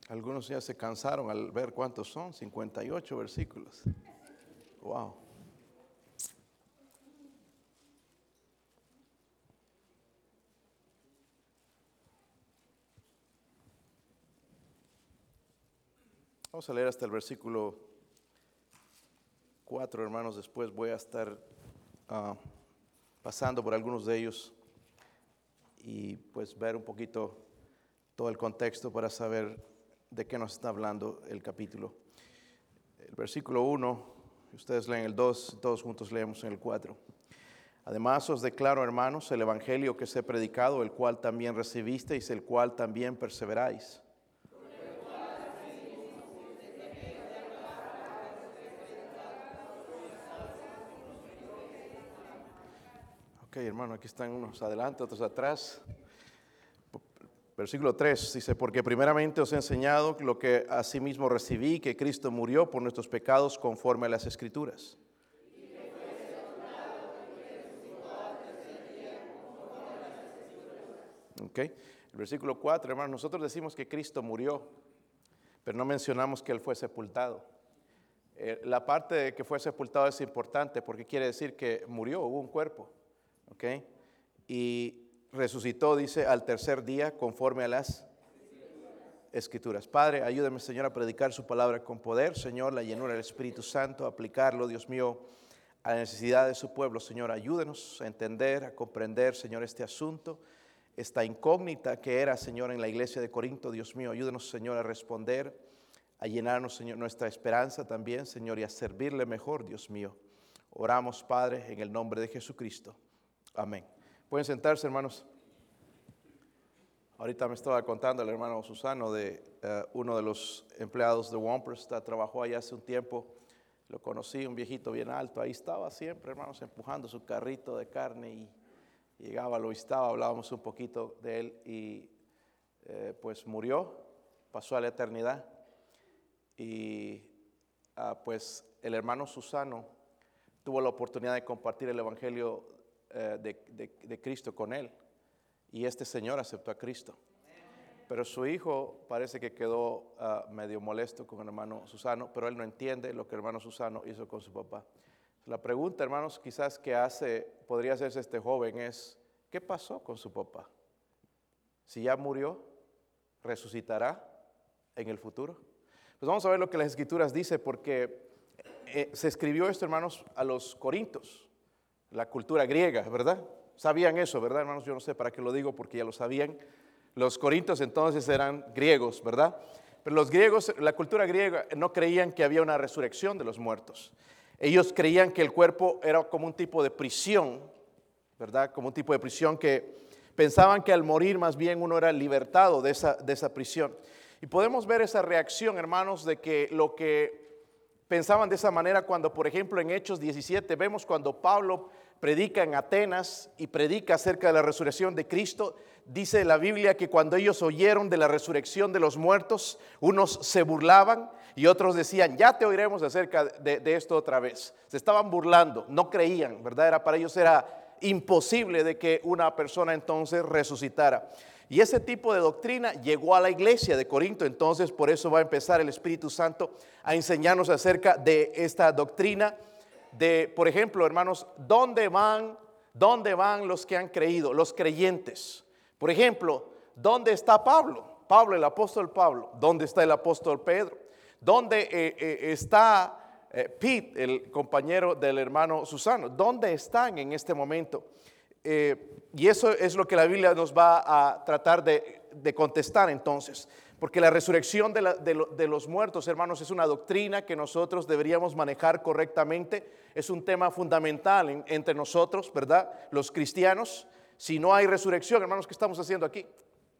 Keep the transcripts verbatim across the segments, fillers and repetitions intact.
Algunos ya se cansaron al ver cuántos son, cincuenta y ocho versículos. Wow. Vamos a leer hasta el versículo cuatro, hermanos. Después voy a estar uh, pasando por algunos de ellos y pues ver un poquito todo el contexto para saber de qué nos está hablando el capítulo. El versículo uno, ustedes leen el dos, todos juntos leemos en el cuatro. Además os declaro, hermanos, el evangelio que os he predicado, el cual también recibisteis, el cual también perseveráis. Ok, hermano, aquí están unos adelante, otros atrás. Versículo tres dice, porque primeramente os he enseñado lo que asimismo recibí, que Cristo murió por nuestros pecados conforme a las Escrituras. Ok, el versículo cuatro, hermano, nosotros decimos que Cristo murió, pero no mencionamos que Él fue sepultado. Eh, la parte de que fue sepultado es importante porque quiere decir que murió, hubo un cuerpo, ok, y resucitó, dice, al tercer día conforme a las Escrituras. Padre, ayúdame, Señor, a predicar su palabra con poder. Señor, la llenura del Espíritu Santo, aplicarlo, Dios mío, a la necesidad de su pueblo. Señor, ayúdenos a entender, a comprender, Señor, este asunto, esta incógnita que era, Señor, en la iglesia de Corinto. Dios mío, ayúdenos, Señor, a responder, a llenarnos, Señor, nuestra esperanza también, Señor, y a servirle mejor, Dios mío. Oramos, Padre, en el nombre de Jesucristo. Amén. Pueden sentarse, hermanos. Ahorita me estaba contando el hermano Susano de uh, uno de los empleados de Wampers, trabajó allá hace un tiempo. Lo conocí, un viejito bien alto, ahí estaba siempre, hermanos, empujando su carrito de carne y llegaba, lo visitaba, hablábamos un poquito de él y eh, pues murió, pasó a la eternidad y uh, pues el hermano Susano tuvo la oportunidad de compartir el evangelio De, de, de Cristo con él, y este señor aceptó a Cristo, pero su hijo parece que quedó uh, medio molesto con el hermano Susano, pero él no entiende lo que el hermano Susano hizo con su papá. La pregunta, hermanos, quizás que hace, podría hacerse este joven es, ¿qué pasó con su papá? Si ya murió, ¿resucitará en el futuro? Pues vamos a ver lo que las Escrituras dicen, porque eh, se escribió esto, hermanos, a los Corintios, la cultura griega, ¿verdad? Sabían eso, ¿verdad, hermanos? Yo no sé para qué lo digo, porque ya lo sabían. Los corintios entonces eran griegos, ¿verdad? Pero los griegos, la cultura griega, no creían que había una resurrección de los muertos. Ellos creían que el cuerpo era como un tipo de prisión, ¿verdad? Como un tipo de prisión que pensaban que al morir más bien uno era libertado de esa, de esa prisión. Y podemos ver esa reacción, hermanos, de que lo que pensaban de esa manera cuando, por ejemplo, en Hechos diecisiete vemos cuando Pablo predica en Atenas y predica acerca de la resurrección de Cristo. Dice la Biblia que cuando ellos oyeron de la resurrección de los muertos, unos se burlaban y otros decían, ya te oiremos acerca de, de esto otra vez. Se estaban burlando, no creían, ¿verdad? Era, para ellos era imposible de que una persona entonces resucitara. Y ese tipo de doctrina llegó a la iglesia de Corinto, entonces por eso va a empezar el Espíritu Santo a enseñarnos acerca de esta doctrina de, por ejemplo, hermanos, ¿dónde van, dónde van los que han creído, los creyentes? Por ejemplo, ¿dónde está Pablo? Pablo, el apóstol Pablo. ¿Dónde está el apóstol Pedro? ¿Dónde eh, eh, está eh, Pete, el compañero del hermano Susano? ¿Dónde están en este momento? Eh, y eso es lo que la Biblia nos va a tratar de, de contestar entonces, porque la resurrección de, la, de, lo, de los muertos, hermanos, es una doctrina que nosotros deberíamos manejar correctamente. Es un tema fundamental en, entre nosotros, ¿verdad? Los cristianos. Si no hay resurrección, hermanos, ¿qué estamos haciendo aquí?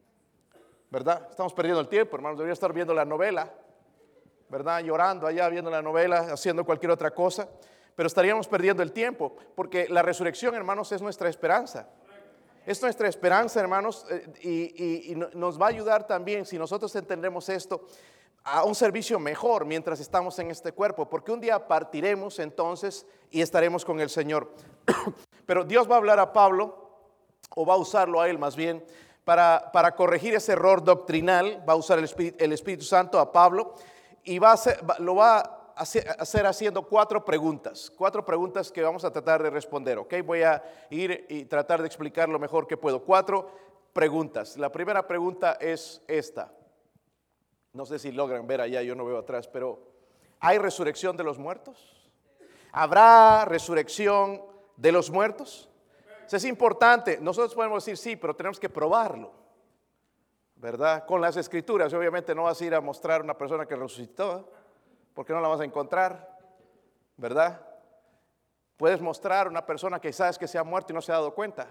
¿Verdad? Estamos perdiendo el tiempo, hermanos. Debería estar viendo la novela, ¿verdad? Llorando allá, viendo la novela, haciendo cualquier otra cosa. Pero estaríamos perdiendo el tiempo, porque la resurrección, hermanos, es nuestra esperanza. Es nuestra esperanza, hermanos, y, y, y nos va a ayudar también, si nosotros entendemos esto, a un servicio mejor mientras estamos en este cuerpo, porque un día partiremos entonces y estaremos con el Señor. Pero Dios va a hablar a Pablo, o va a usarlo a él más bien, para, para corregir ese error doctrinal, va a usar el Espíritu, el Espíritu Santo a Pablo y va a hacer, lo va a hacer, hacer haciendo cuatro preguntas, cuatro preguntas que vamos a tratar de responder, ¿ok? Voy a ir y tratar de explicar lo mejor que puedo. Cuatro preguntas. La primera pregunta es esta. No sé si logran ver allá, yo no veo atrás, pero ¿hay resurrección de los muertos? ¿Habrá resurrección de los muertos? Eso es importante. Nosotros podemos decir sí, pero tenemos que probarlo, ¿verdad? Con las escrituras. Obviamente no vas a ir a mostrar a una persona que resucitó, porque no la vas a encontrar, ¿verdad? Puedes mostrar a una persona que sabes que se ha muerto y no se ha dado cuenta.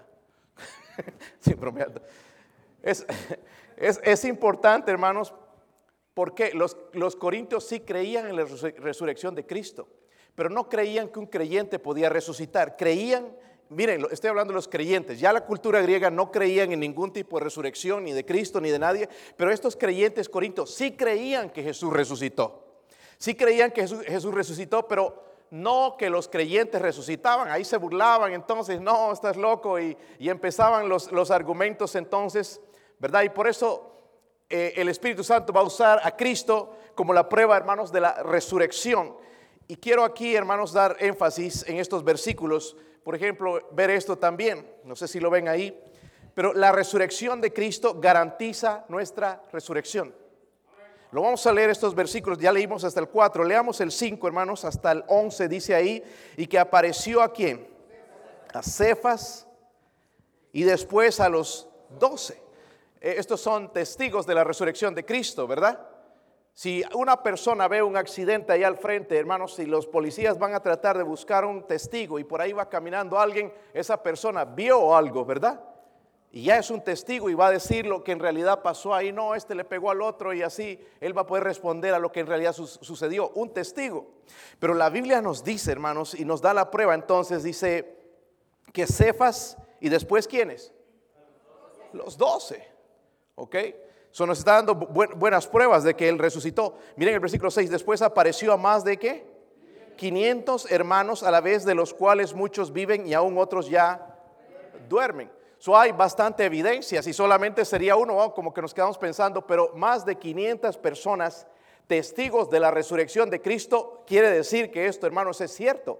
Sí, bromeando. Es, es, es importante, hermanos, porque los, los corintios sí creían en la resurrección de Cristo, pero no creían que un creyente podía resucitar. Creían, miren, estoy hablando de los creyentes, ya la cultura griega no creían en ningún tipo de resurrección, ni de Cristo, ni de nadie, pero estos creyentes corintios sí creían que Jesús resucitó. Sí creían que Jesús, Jesús resucitó, pero no que los creyentes resucitaban. Ahí se burlaban entonces, no, estás loco, y, y empezaban los, los argumentos entonces, ¿verdad? Y por eso eh, el Espíritu Santo va a usar a Cristo como la prueba, hermanos, de la resurrección. Y quiero aquí, hermanos, dar énfasis en estos versículos. Por ejemplo, ver esto también, no sé si lo ven ahí, pero la resurrección de Cristo garantiza nuestra resurrección. Lo vamos a leer estos versículos, ya leímos hasta el cuatro, leamos el cinco, hermanos, hasta el once, dice ahí, y que apareció a quién, a Cefas, y después a los doce. Estos son testigos de la resurrección de Cristo, ¿verdad? Si una persona ve un accidente ahí al frente, hermanos, si los policías van a tratar de buscar un testigo y por ahí va caminando alguien, esa persona vio algo, ¿verdad? Y ya es un testigo y va a decir lo que en realidad pasó ahí. No, este le pegó al otro, y así él va a poder responder a lo que en realidad su- sucedió. Un testigo. Pero la Biblia nos dice, hermanos, y nos da la prueba. Entonces dice que Cefas, y después ¿quiénes? Los doce. ¿Ok? Eso nos está dando bu- buenas pruebas de que él resucitó. Miren el versículo seis. Después apareció a más de ¿qué? quinientos hermanos, a la vez de los cuales muchos viven y aún otros ya duermen. So, hay bastante evidencia. Si solamente sería uno, oh, como que nos quedamos pensando, pero más de quinientas personas testigos de la resurrección de Cristo, quiere decir que esto, hermanos, es cierto.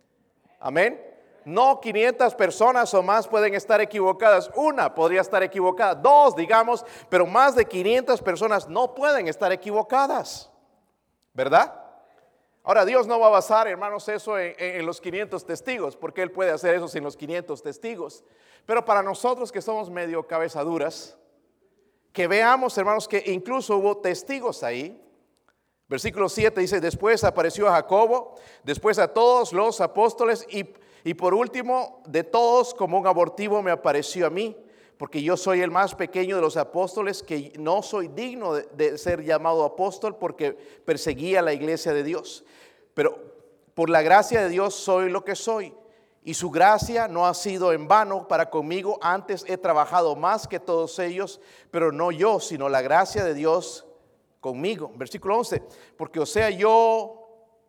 Amén. No quinientas personas o más pueden estar equivocadas. Una podría estar equivocada, dos, digamos, pero más de quinientas personas no pueden estar equivocadas, ¿verdad? Ahora, Dios no va a basar, hermanos, eso en, en los quinientos testigos, porque Él puede hacer eso sin los quinientos testigos. Pero para nosotros que somos medio cabezaduras, que veamos, hermanos, que incluso hubo testigos ahí. Versículo siete dice, después apareció a Jacobo, después a todos los apóstoles, y, y por último de todos como un abortivo me apareció a mí, porque yo soy el más pequeño de los apóstoles, que no soy digno de, de ser llamado apóstol porque perseguía la iglesia de Dios. Pero por la gracia de Dios soy lo que soy, y su gracia no ha sido en vano para conmigo. Antes he trabajado más que todos ellos, pero no yo, sino la gracia de Dios conmigo. Versículo once, porque o sea yo,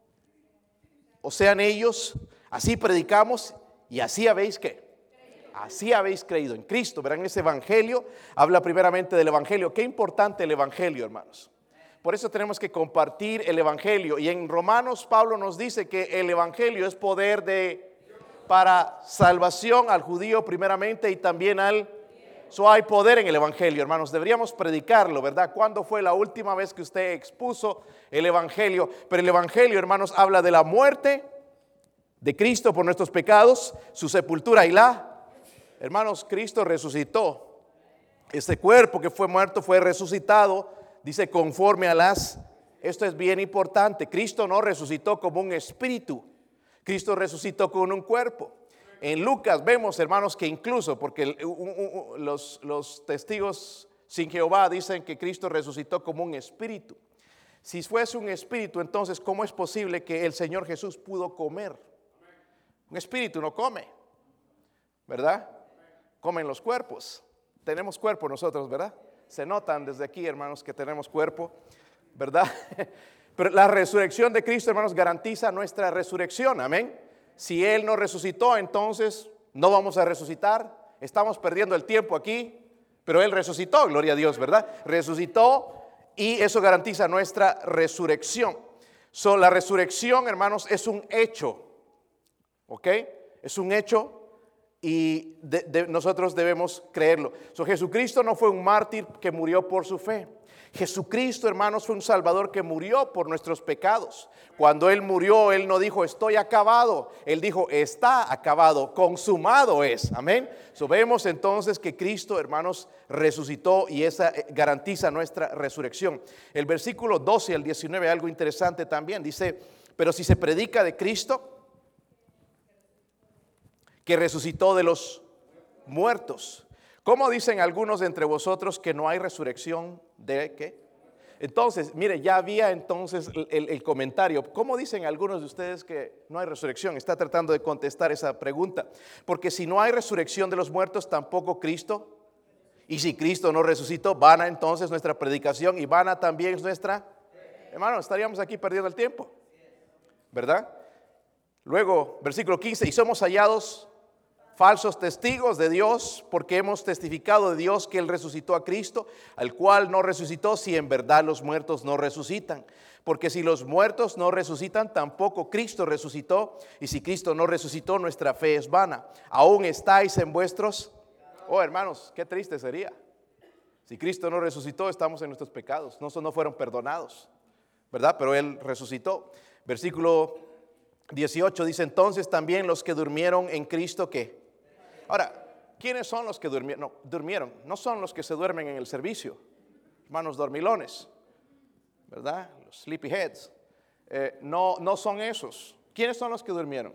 o sean ellos, así predicamos y así habéis que. Así habéis creído en Cristo. Verán, ese evangelio habla primeramente del evangelio. Qué importante el evangelio, hermanos. Por eso tenemos que compartir el evangelio. Y en Romanos Pablo nos dice que el evangelio es poder de para salvación al judío primeramente y también al. So, hay poder en el evangelio, hermanos. Deberíamos predicarlo, ¿verdad? ¿Cuándo fue la última vez que usted expuso el evangelio? Pero el evangelio, hermanos, habla de la muerte de Cristo por nuestros pecados, su sepultura y la. Hermanos, Cristo resucitó. Este cuerpo que fue muerto fue resucitado, dice, conforme a las. Esto es bien importante. Cristo no resucitó como un espíritu. Cristo resucitó con un cuerpo. En Lucas vemos, hermanos, que incluso, porque los, los testigos sin Jehová dicen que Cristo resucitó como un espíritu. Si fuese un espíritu, entonces, ¿cómo es posible que el Señor Jesús pudo comer? Un espíritu no come, ¿verdad? Comen los cuerpos. Tenemos cuerpo nosotros, ¿verdad? Se notan desde aquí, hermanos, que tenemos cuerpo, ¿verdad? Pero la resurrección de Cristo, hermanos, garantiza nuestra resurrección, amén. Si Él no resucitó, entonces no vamos a resucitar. Estamos perdiendo el tiempo aquí, Pero Él resucitó, gloria a Dios, ¿verdad? Resucitó y eso garantiza nuestra resurrección. So, la resurrección, hermanos, es un hecho, ¿ok? Es un hecho y de, de, nosotros debemos creerlo. So, Jesucristo no fue un mártir que murió por su fe. Jesucristo, hermanos, fue un Salvador que murió por nuestros pecados. Cuando Él murió, Él no dijo estoy acabado. Él dijo está acabado, consumado es. Amén. So, vemos entonces que Cristo, hermanos, resucitó y esa garantiza nuestra resurrección. El versículo doce al diecinueve, algo interesante también. Dice, pero si se predica de Cristo, que resucitó de los muertos. ¿Cómo dicen algunos de entre vosotros que no hay resurrección de qué? Entonces, mire, ya había entonces el, el comentario. ¿Cómo dicen algunos de ustedes que no hay resurrección? Está tratando de contestar esa pregunta. Porque si no hay resurrección de los muertos, tampoco Cristo. Y si Cristo no resucitó, vana entonces nuestra predicación y vana también nuestra. Hermano, estaríamos aquí perdiendo el tiempo, ¿verdad? Luego, versículo quince, y somos hallados falsos testigos de Dios, porque hemos testificado de Dios que Él resucitó a Cristo, al cual no resucitó, si en verdad los muertos no resucitan. Porque si los muertos no resucitan, tampoco Cristo resucitó, y si Cristo no resucitó, nuestra fe es vana. Aún estáis en vuestros... Oh, hermanos, qué triste sería. Si Cristo no resucitó, estamos en nuestros pecados, no, no fueron perdonados, ¿verdad? Pero Él resucitó. Versículo dieciocho dice, entonces también los que durmieron en Cristo, ¿qué? Ahora, ¿quiénes son los que durmieron? No, durmieron, no son los que se duermen en el servicio, hermanos dormilones, ¿verdad? Los sleepyheads, eh, no, no son esos. ¿Quiénes son los que durmieron?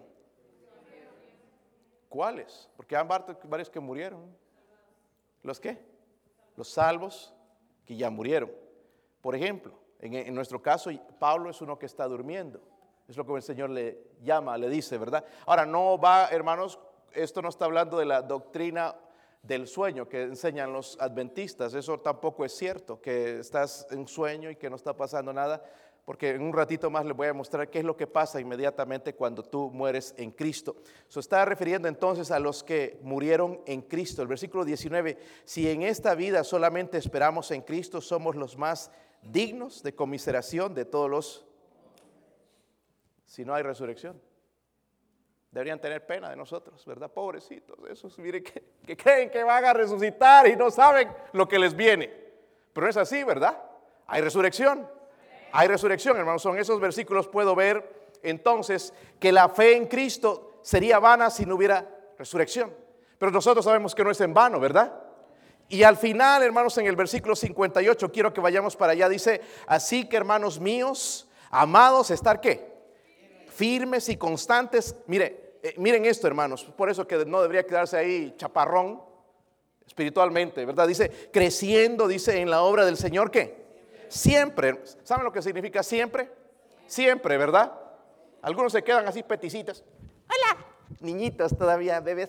¿Cuáles? Porque hay varios que murieron. ¿Los qué? Los salvos que ya murieron. Por ejemplo, en, en nuestro caso, Pablo es uno que está durmiendo. Es lo que el Señor le llama, le dice, ¿verdad? Ahora, no va, hermanos, esto no está hablando de la doctrina del sueño que enseñan los adventistas. Eso tampoco es cierto, que estás en sueño y que no está pasando nada, porque en un ratito más les voy a mostrar qué es lo que pasa inmediatamente cuando tú mueres en Cristo. Se está refiriendo entonces a los que murieron en Cristo. El versículo diecinueve, si en esta vida solamente esperamos en Cristo, somos los más dignos de conmiseración de todos los... Si no hay resurrección, deberían tener pena de nosotros, ¿verdad? Pobrecitos, esos, miren, que, que creen que van a resucitar y no saben lo que les viene. Pero no es así, ¿verdad? Hay resurrección, hay resurrección, hermanos. Son esos versículos, puedo ver entonces que la fe en Cristo sería vana si no hubiera resurrección. Pero nosotros sabemos que no es en vano, ¿verdad? Y al final, hermanos, en el versículo cincuenta y ocho, quiero que vayamos para allá, dice, así que hermanos míos, amados, ¿estar qué? Firmes y constantes. Mire, eh, miren esto, hermanos, por eso que no debería quedarse ahí chaparrón espiritualmente, ¿verdad? Dice, creciendo, dice, en la obra del Señor, ¿qué? Siempre. ¿Saben lo que significa siempre? Siempre, ¿verdad? Algunos se quedan así peticitas. Hola, niñitas todavía, bebés.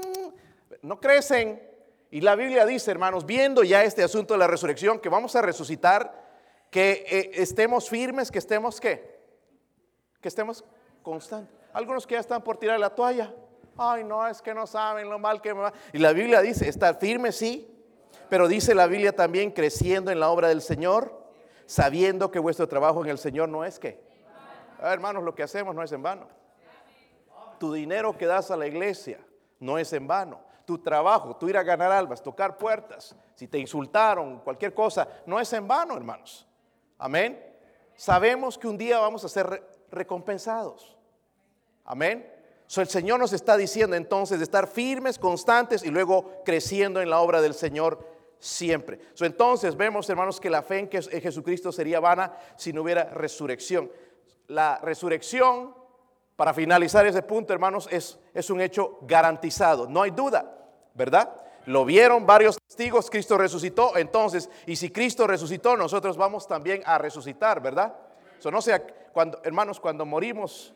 No crecen. Y la Biblia dice, hermanos, viendo ya este asunto de la resurrección, que vamos a resucitar, que eh, estemos firmes, que estemos, ¿qué? Que estemos constantes. Algunos que ya están por tirar la toalla. Ay, no, es que no saben lo mal que me va. Y la Biblia dice, estar firme, sí. Pero dice la Biblia también, creciendo en la obra del Señor, sabiendo que vuestro trabajo en el Señor no es que. Ah, hermanos, lo que hacemos no es en vano. Tu dinero que das a la iglesia no es en vano. Tu trabajo, tú ir a ganar almas, tocar puertas, si te insultaron, cualquier cosa, no es en vano, hermanos. Amén. Sabemos que un día vamos a ser recompensados. Amén. So, el Señor nos está diciendo entonces de estar firmes, constantes y luego creciendo en la obra del Señor siempre. So, entonces vemos, hermanos, que la fe en, que, en Jesucristo sería vana si no hubiera resurrección. La resurrección, para finalizar ese punto, hermanos, es, es un hecho garantizado. No hay duda, ¿verdad? Lo vieron varios testigos, Cristo resucitó. Entonces, y si Cristo resucitó, nosotros vamos también a resucitar, ¿verdad? So, no sea, cuando, hermanos, cuando morimos,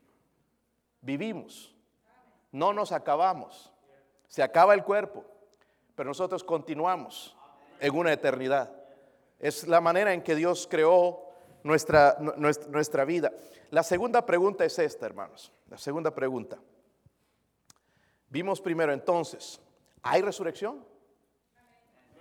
vivimos, no nos acabamos, se acaba el cuerpo, pero nosotros continuamos en una eternidad. Es la manera en que Dios creó nuestra, nuestra, nuestra vida. La segunda pregunta es esta, hermanos. La segunda pregunta. Vimos primero entonces, ¿hay resurrección?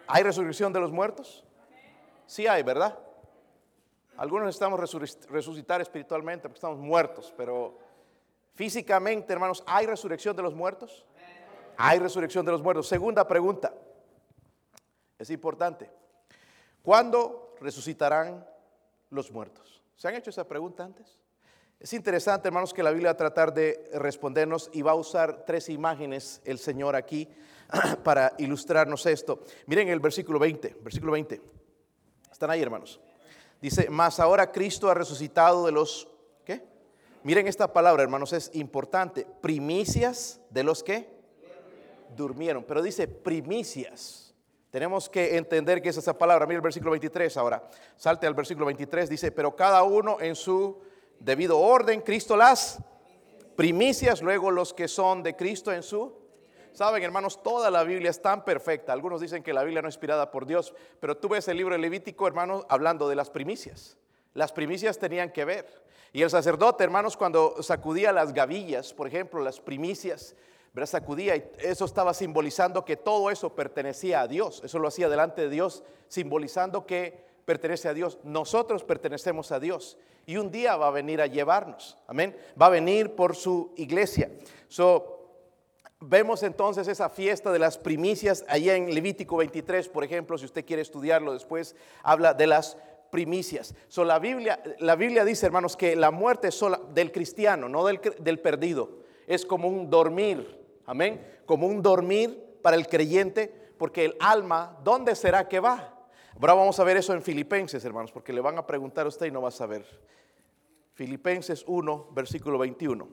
¿Hay resurrección de los muertos? Sí hay, ¿verdad? Algunos necesitamos resucitar espiritualmente porque estamos muertos, pero físicamente, hermanos, ¿hay resurrección de los muertos? Hay resurrección de los muertos. Segunda pregunta, es importante. ¿Cuándo resucitarán los muertos? ¿Se han hecho esa pregunta antes? Es interesante, hermanos, que la Biblia va a tratar de respondernos y va a usar tres imágenes el Señor aquí para ilustrarnos esto. Miren el versículo veinte, versículo veinte. ¿Están ahí, hermanos? Dice, mas ahora Cristo ha resucitado de los, ¿qué? Miren esta palabra, hermanos, es importante. Primicias de los que durmieron. Pero dice primicias. Tenemos que entender qué es esa palabra. Mira el versículo veintitrés ahora. Salte al versículo veintitrés. Dice, pero cada uno en su debido orden. Cristo las primicias. Luego los que son de Cristo en su. Saben, hermanos, toda la Biblia es tan perfecta. Algunos dicen que la Biblia no es inspirada por Dios, pero tú ves el libro de Levítico, hermanos, hablando de las primicias. Las primicias tenían que ver. Y el sacerdote, hermanos, cuando sacudía las gavillas, por ejemplo, las primicias, ¿verdad? Sacudía, y eso estaba simbolizando que todo eso pertenecía a Dios. Eso lo hacía delante de Dios, simbolizando que pertenece a Dios. Nosotros pertenecemos a Dios. Y un día va a venir a llevarnos. Amén. Va a venir por su iglesia. So, vemos entonces esa fiesta de las primicias allá en Levítico veintitrés, por ejemplo, si usted quiere estudiarlo después, habla de las primicias. So, la Biblia, la Biblia dice, hermanos, que la muerte es sola del cristiano, no del, del perdido. Es como un dormir, amén, como un dormir para el creyente, porque el alma, ¿dónde será que va? Ahora vamos a ver eso en Filipenses, hermanos, porque le van a preguntar a usted y no va a saber. Filipenses uno, versículo veintiuno.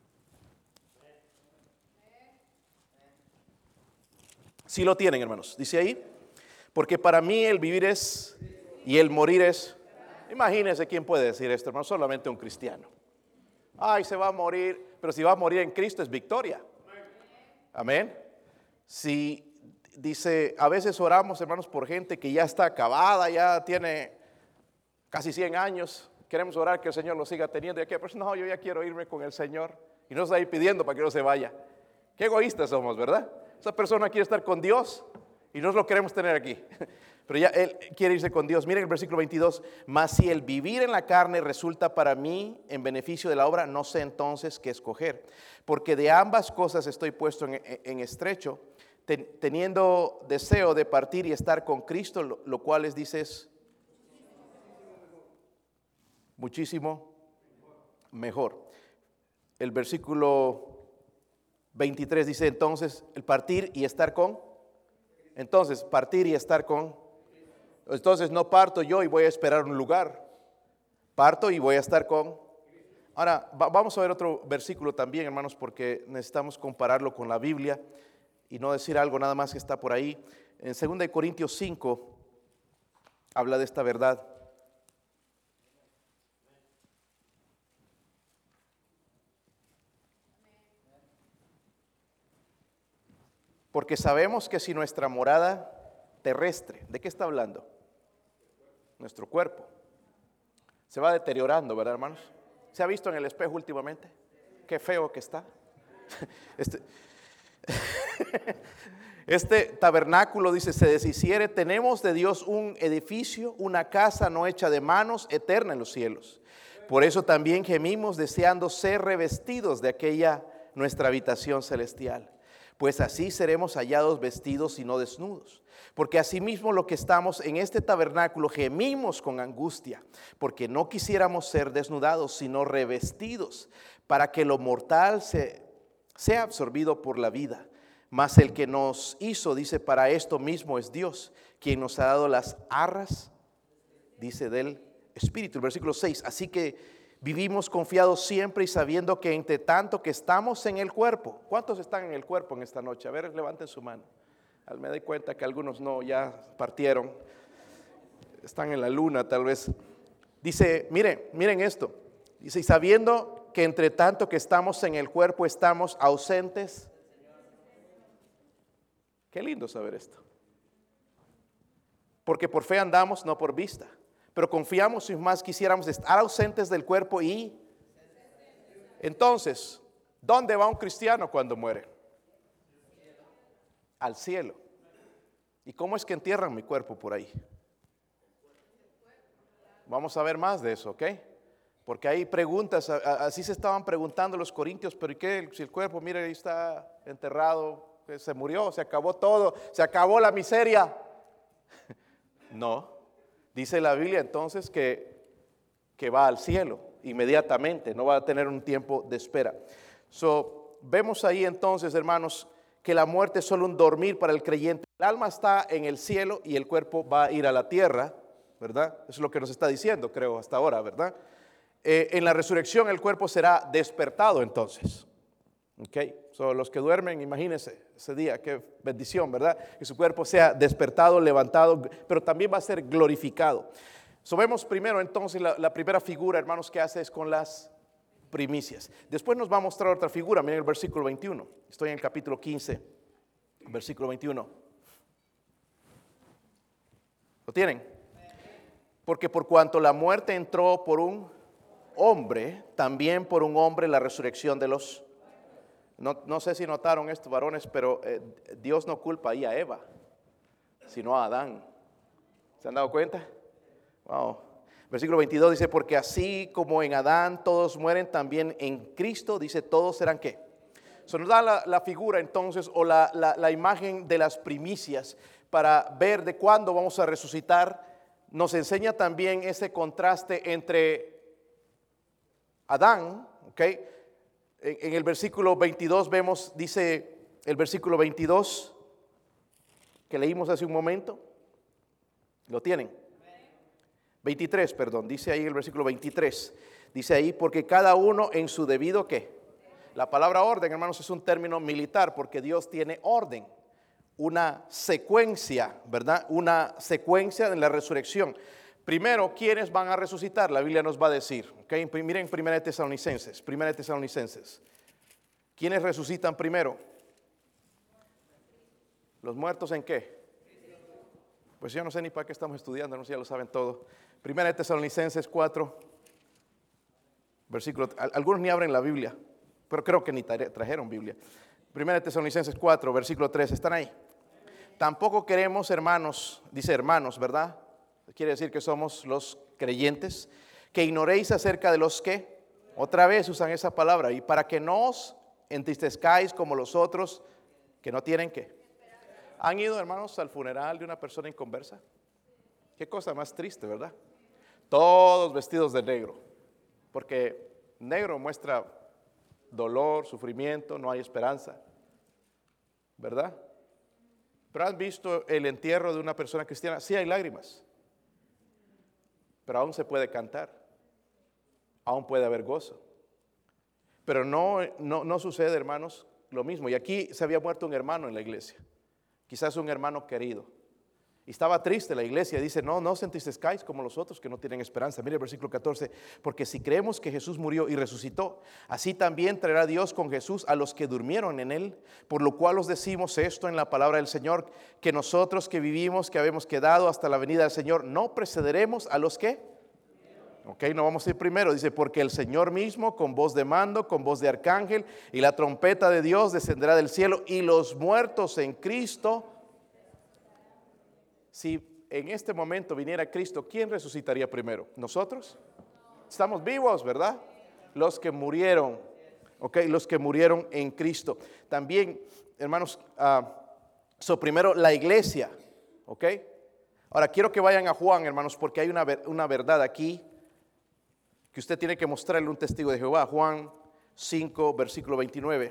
Si lo tienen, hermanos, dice ahí, porque para mí el vivir es y el morir es. Imagínense quién puede decir esto, hermano, solamente un cristiano. Ay, se va a morir, pero si va a morir en Cristo es victoria. Amén. Si dice, a veces oramos, hermanos, por gente que ya está acabada, ya tiene casi cien años. Queremos orar que el Señor lo siga teniendo. Y aquí, pero no, yo ya quiero irme con el Señor. Y no está ahí pidiendo para que no se vaya. Qué egoístas somos, ¿verdad? Esa persona quiere estar con Dios y no lo queremos tener aquí. Pero ya él quiere irse con Dios. Miren el versículo veintidós. Mas si el vivir en la carne resulta para mí en beneficio de la obra, no sé entonces qué escoger. Porque de ambas cosas estoy puesto en, en estrecho, ten, teniendo deseo de partir y estar con Cristo, lo, lo cual les dices muchísimo mejor. El versículo veintitrés dice entonces el partir y estar con. Entonces partir y estar con. Entonces no parto yo y voy a esperar un lugar. Parto y voy a estar con. Ahora va, vamos a ver otro versículo también, hermanos, porque necesitamos compararlo con la Biblia y no decir algo nada más que está por ahí. En segunda de Corintios cinco habla de esta verdad. Porque sabemos que si nuestra morada terrestre, ¿de qué está hablando? Nuestro cuerpo. Se va deteriorando, ¿verdad, hermanos? ¿Se ha visto en el espejo últimamente? Qué feo que está. Este, este tabernáculo, dice, se deshiciere. Tenemos de Dios un edificio, una casa no hecha de manos, eterna en los cielos. Por eso también gemimos deseando ser revestidos de aquella nuestra habitación celestial. Pues así seremos hallados vestidos y no desnudos. Porque asimismo lo que estamos en este tabernáculo gemimos con angustia, porque no quisiéramos ser desnudados, sino revestidos, para que lo mortal se, sea absorbido por la vida. Mas el que nos hizo, dice, para esto mismo es Dios, quien nos ha dado las arras, dice, del Espíritu. El versículo seis, así que vivimos confiados siempre y sabiendo que entre tanto que estamos en el cuerpo. ¿Cuántos están en el cuerpo en esta noche? A ver, levanten su mano. Me doy cuenta que algunos no, ya partieron. Están en la luna tal vez. Dice, miren, miren esto. Dice, y sabiendo que entre tanto que estamos en el cuerpo estamos ausentes. Qué lindo saber esto. Porque por fe andamos, no por vista. Pero confiamos si más quisiéramos estar ausentes del cuerpo y. Entonces, ¿dónde va un cristiano cuando muere? Al cielo. ¿Y cómo es que entierran mi cuerpo por ahí? Vamos a ver más de eso, ¿ok? Porque hay preguntas, así se estaban preguntando los corintios, pero ¿y qué? Si el cuerpo, mire, ahí está enterrado, se murió, se acabó todo, se acabó la miseria. No, dice la Biblia entonces que, que va al cielo inmediatamente, no va a tener un tiempo de espera. So, vemos ahí entonces, hermanos, que la muerte es solo un dormir para el creyente. El alma está en el cielo y el cuerpo va a ir a la tierra, ¿verdad? Eso es lo que nos está diciendo, creo, hasta ahora, ¿verdad? Eh, en la resurrección el cuerpo será despertado entonces. Ok, so, los que duermen, imagínense ese día, qué bendición, ¿verdad? Que su cuerpo sea despertado, levantado, pero también va a ser glorificado. So, vemos primero entonces la, la primera figura, hermanos, que hace es con las primicias. Después nos va a mostrar otra figura, miren el versículo veintiuno. Estoy en el capítulo quince, versículo veintiuno. ¿Lo tienen? Porque por cuanto la muerte entró por un hombre, también por un hombre la resurrección de los... No, no sé si notaron esto, varones, pero eh, Dios no culpa ahí a Eva, sino a Adán. ¿Se han dado cuenta? Wow. Versículo veintidós dice, porque así como en Adán todos mueren, también en Cristo, dice, todos serán ¿qué? Se nos da la, la figura entonces, o la, la, la imagen de las primicias, para ver de cuándo vamos a resucitar. Nos enseña también ese contraste entre Adán, ¿ok? En, en el versículo veintidós vemos, dice el versículo veintidós, que leímos hace un momento. ¿Lo tienen? veintitrés, perdón, dice ahí el versículo veintitrés, dice ahí, porque cada uno en su debido, ¿qué? La palabra orden, hermanos, es un término militar, porque Dios tiene orden, una secuencia, ¿verdad? Una secuencia en la resurrección. Primero, ¿quiénes van a resucitar? La Biblia nos va a decir, ¿ok? Miren primera de Tesalonicenses, primera de Tesalonicenses. ¿Quiénes resucitan primero? ¿Los muertos en qué? Pues yo no sé ni para qué estamos estudiando, no sé si ya lo saben todo. Primera de Tesalonicenses cuatro, versículo, algunos ni abren la Biblia, pero creo que ni trajeron Biblia. Primera de Tesalonicenses cuatro, versículo tres, ¿están ahí? Tampoco queremos, hermanos, dice hermanos, ¿verdad? Quiere decir que somos los creyentes, que ignoréis acerca de los que, otra vez usan esa palabra, y para que no os entristezcáis como los otros, que no tienen qué. ¿Han ido, hermanos, al funeral de una persona inconversa? Qué cosa más triste, ¿verdad? Todos vestidos de negro, porque negro muestra dolor, sufrimiento, no hay esperanza, ¿verdad? Pero ¿has visto el entierro de una persona cristiana? Sí hay lágrimas, pero aún se puede cantar, aún puede haber gozo. Pero no, no, no sucede, hermanos, lo mismo. Y aquí se había muerto un hermano en la iglesia, quizás un hermano querido. Y estaba triste la iglesia, dice, no, no os entristezcáis como los otros que no tienen esperanza. Mire el versículo catorce, porque si creemos que Jesús murió y resucitó, así también traerá Dios con Jesús a los que durmieron en él. Por lo cual os decimos esto en la palabra del Señor, que nosotros que vivimos, que habemos quedado hasta la venida del Señor, no precederemos a los que... Ok, no vamos a ir primero, dice, porque el Señor mismo con voz de mando, con voz de arcángel y la trompeta de Dios descenderá del cielo y los muertos en Cristo. Si en este momento viniera Cristo, ¿quién resucitaría primero? ¿Nosotros? Estamos vivos, ¿verdad? Los que murieron, ok, los que murieron en Cristo. También, hermanos, uh, so primero la iglesia, ok. Ahora quiero que vayan a Juan, hermanos, porque hay una, una verdad aquí que usted tiene que mostrarle a un testigo de Jehová. Juan cinco, versículo veintinueve.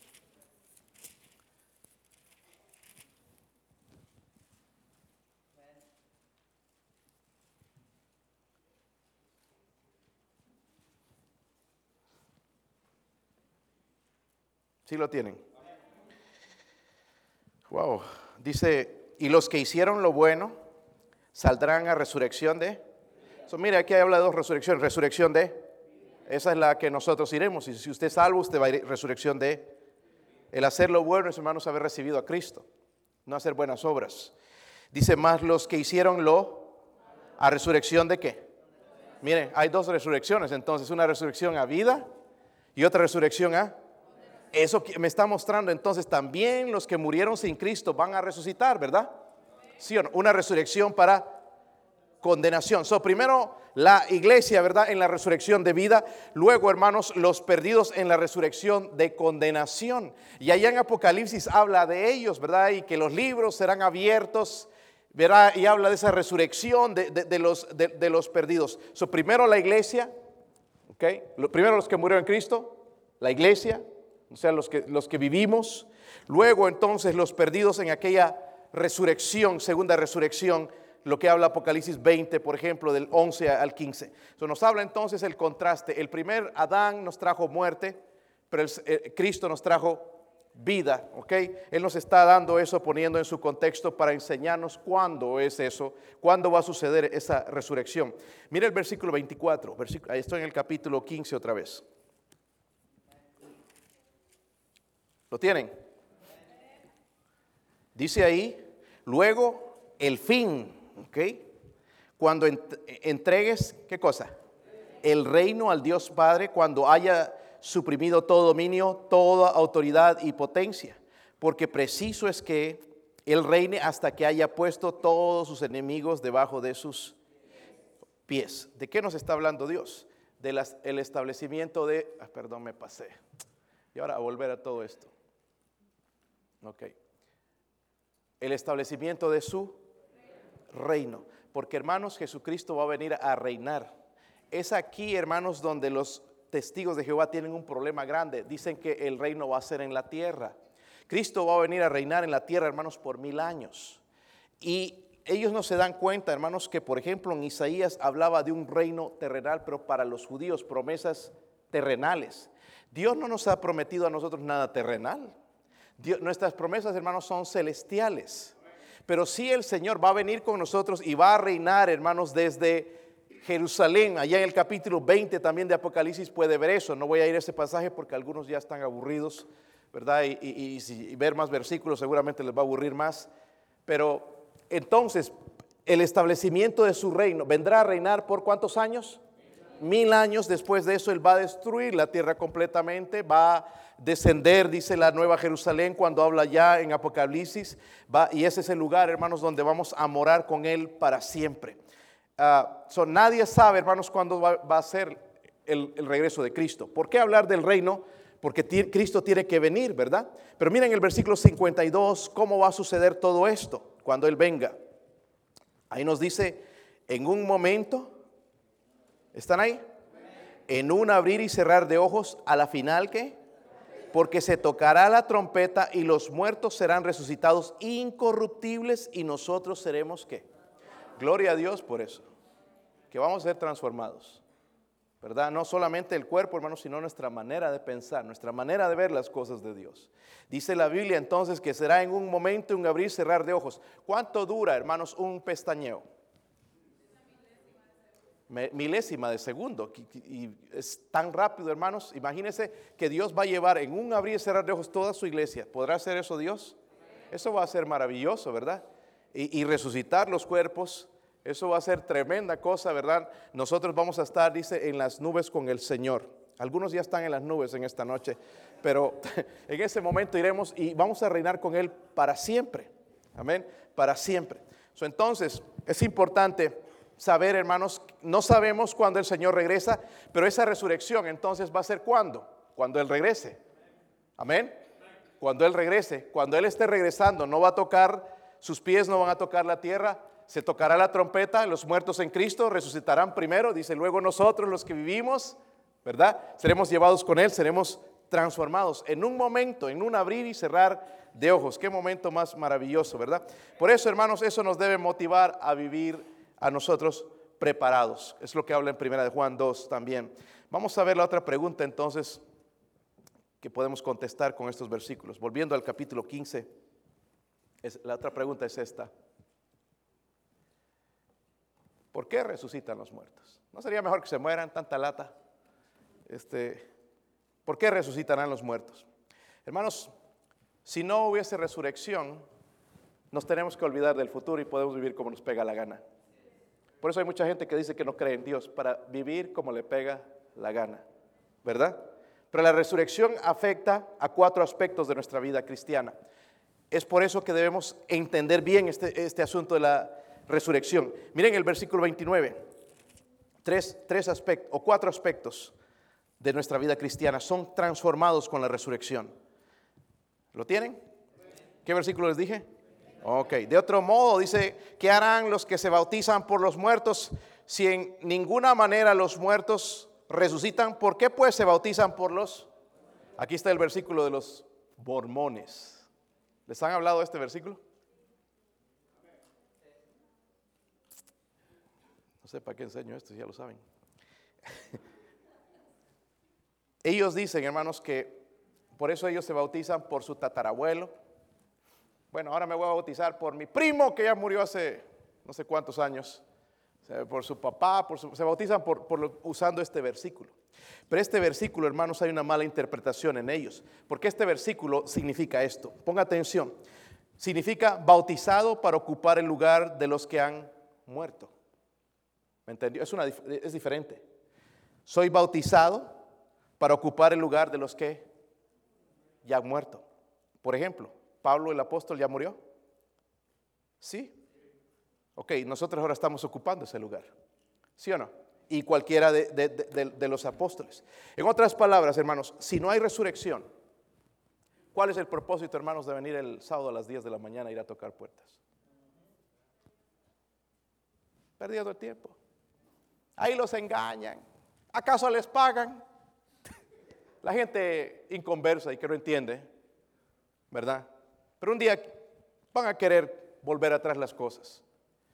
¿Sí lo tienen? Wow. Dice, y los que hicieron lo bueno saldrán a resurrección de... So, mire, aquí habla de dos resurrecciones. Resurrección de... Esa es la que nosotros iremos. Y si usted es salvo, usted va a ir resurrección de... El hacer lo bueno es, hermanos, haber recibido a Cristo. No hacer buenas obras. Dice, más los que hicieron lo... ¿A resurrección de qué? Miren, hay dos resurrecciones. Entonces, una resurrección a vida y otra resurrección a... Eso me está mostrando entonces también los que murieron sin Cristo van a resucitar, ¿verdad? ¿Sí o no? Una resurrección para condenación. So, primero la iglesia, ¿verdad? En la resurrección de vida. Luego, hermanos, los perdidos en la resurrección de condenación. Y allá en Apocalipsis habla de ellos, ¿verdad? Y que los libros serán abiertos, ¿verdad? Y habla de esa resurrección de, de, de, los, de, de los perdidos. So, primero la iglesia, ¿ok? Lo, primero los que murieron en Cristo, la iglesia, o sea, los que, los que vivimos. Luego, entonces, los perdidos en aquella resurrección, segunda resurrección, lo que habla Apocalipsis veinte, por ejemplo, del once al quince. So, nos habla entonces el contraste. El primer Adán nos trajo muerte, pero el, el, Cristo nos trajo vida, ¿ok? Él nos está dando eso, poniendo en su contexto para enseñarnos cuándo es eso, cuándo va a suceder esa resurrección. Mira el versículo veinticuatro, versículo, ahí estoy en el capítulo quince otra vez. ¿Lo tienen? Dice ahí, luego el fin. ¿Ok? Cuando entregues, ¿qué cosa? El reino al Dios Padre, cuando haya suprimido todo dominio, toda autoridad y potencia, porque preciso es que Él reine hasta que haya puesto todos sus enemigos debajo de sus pies. ¿De qué nos está hablando Dios? Del establecimiento de, ah, perdón, me pasé. Y ahora a volver a todo esto. Ok. El establecimiento de su reino, porque hermanos, Jesucristo va a venir a reinar. Es aquí, hermanos, donde los testigos de Jehová tienen un problema grande. Dicen que el reino va a ser en la tierra. Cristo va a venir a reinar en la tierra, hermanos, por mil años. Y ellos no se dan cuenta, hermanos, que por ejemplo en Isaías hablaba de un reino terrenal, pero para los judíos, promesas terrenales. Dios no nos ha prometido a nosotros nada terrenal. Dios, nuestras promesas, hermanos, son celestiales. Pero sí el Señor va a venir con nosotros y va a reinar, hermanos, desde Jerusalén. Allá en el capítulo veinte también de Apocalipsis puede ver eso. No voy a ir a ese pasaje porque algunos ya están aburridos, ¿verdad? Y, y, y si ver más versículos seguramente les va a aburrir más. Pero entonces, el establecimiento de su reino, ¿vendrá a reinar por cuántos años? Mil años. Después de eso Él va a destruir la tierra completamente, va a descender, dice la Nueva Jerusalén cuando habla ya en Apocalipsis, va, y ese es el lugar, hermanos, donde vamos a morar con Él para siempre. Uh, so, nadie sabe, hermanos, cuándo va, va a ser el, el regreso de Cristo. ¿Por qué hablar del reino? Porque t- Cristo tiene que venir, ¿verdad? Pero miren el versículo cincuenta y dos, cómo va a suceder todo esto cuando Él venga. Ahí nos dice, en un momento, ¿están ahí? En un abrir y cerrar de ojos, a la final, ¿qué? Porque se tocará la trompeta y los muertos serán resucitados incorruptibles y nosotros seremos, ¿qué? Gloria a Dios por eso, que vamos a ser transformados, ¿verdad? No solamente el cuerpo, hermanos, sino nuestra manera de pensar, nuestra manera de ver las cosas de Dios. Dice la Biblia entonces que será en un momento un abrir y cerrar de ojos. ¿Cuánto dura, hermanos, un pestañeo? Milésima de segundo, y es tan rápido, hermanos. Imagínense que Dios va a llevar en un abrir y cerrar de ojos toda su iglesia. ¿Podrá hacer eso Dios? Eso va a ser maravilloso, ¿verdad? Y, y resucitar los cuerpos, eso va a ser tremenda cosa, ¿verdad? Nosotros vamos a estar, dice, en las nubes con el Señor. Algunos ya están en las nubes en esta noche, pero en ese momento iremos y vamos a reinar con Él para siempre. Amén, para siempre. So, entonces, es importante saber, hermanos, no sabemos cuándo el Señor regresa, pero esa resurrección entonces va a ser ¿cuándo? Cuando Él regrese. Amén. Cuando Él regrese, cuando Él esté regresando, no va a tocar, sus pies no van a tocar la tierra, se tocará la trompeta, los muertos en Cristo resucitarán primero, dice, luego nosotros los que vivimos, ¿verdad? Seremos llevados con Él, seremos transformados en un momento, en un abrir y cerrar de ojos. Qué momento más maravilloso, ¿verdad? Por eso, hermanos, eso nos debe motivar a vivir a nosotros preparados. Es lo que habla en primera de Juan dos también. Vamos a ver la otra pregunta entonces que podemos contestar con estos versículos. Volviendo al capítulo quince, es, la otra pregunta es esta. ¿Por qué resucitan los muertos? ¿No sería mejor que se mueran, tanta lata? Este, ¿Por qué resucitarán los muertos? Hermanos, si no hubiese resurrección, nos tenemos que olvidar del futuro y podemos vivir como nos pega la gana. Por eso hay mucha gente que dice que no cree en Dios, para vivir como le pega la gana, ¿verdad? Pero la resurrección afecta a cuatro aspectos de nuestra vida cristiana. es por eso que debemos entender bien este, este asunto de la resurrección. Miren el versículo veintinueve. Tres, tres aspectos o cuatro aspectos de nuestra vida cristiana son transformados con la resurrección. ¿Lo tienen? ¿Qué versículo les dije? Ok, de otro modo dice, ¿qué harán los que se bautizan por los muertos si en ninguna manera los muertos resucitan? ¿Por qué pues se bautizan por los? Aquí está el versículo de los mormones. ¿Les han hablado de este versículo? No sé para qué enseño esto, ya lo saben. Ellos dicen, hermanos, que por eso ellos se bautizan por su tatarabuelo. Bueno, ahora me voy a bautizar por mi primo que ya murió hace no sé cuántos años. Por su papá, por su, se bautizan por, por lo, usando este versículo. Pero este versículo, hermanos, hay una mala interpretación en ellos. Porque este versículo significa esto. Ponga atención. Significa bautizado para ocupar el lugar de los que han muerto. ¿Me entendió? Es, una, es diferente. Soy bautizado para ocupar el lugar de los que ya han muerto. Por ejemplo, Pablo el apóstol ya murió. ¿Sí? Ok, nosotros ahora estamos ocupando ese lugar. ¿Sí o no? Y cualquiera de, de, de, de los apóstoles. En otras palabras, hermanos, si no hay resurrección, ¿cuál es el propósito, hermanos, de venir el sábado a las diez de la mañana a ir a tocar puertas? Perdiendo el tiempo. Ahí los engañan. ¿Acaso les pagan? La gente inconversa y que no entiende, ¿verdad? Pero un día van a querer volver atrás las cosas.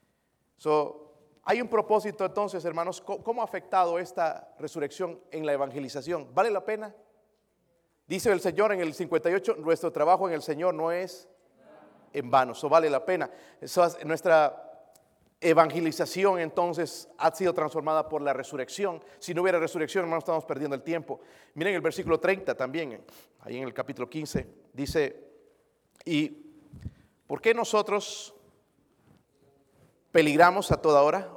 So, hay un propósito entonces, hermanos. ¿Cómo ha afectado esta resurrección en la evangelización? ¿Vale la pena? Dice el Señor en el cincuenta y ocho, nuestro trabajo en el Señor no es en vano, eso vale la pena. Eso, nuestra evangelización entonces ha sido transformada por la resurrección. Si no hubiera resurrección, hermanos, estamos perdiendo el tiempo. Miren el versículo treinta también, ahí en el capítulo quince, dice, ¿y por qué nosotros peligramos a toda hora?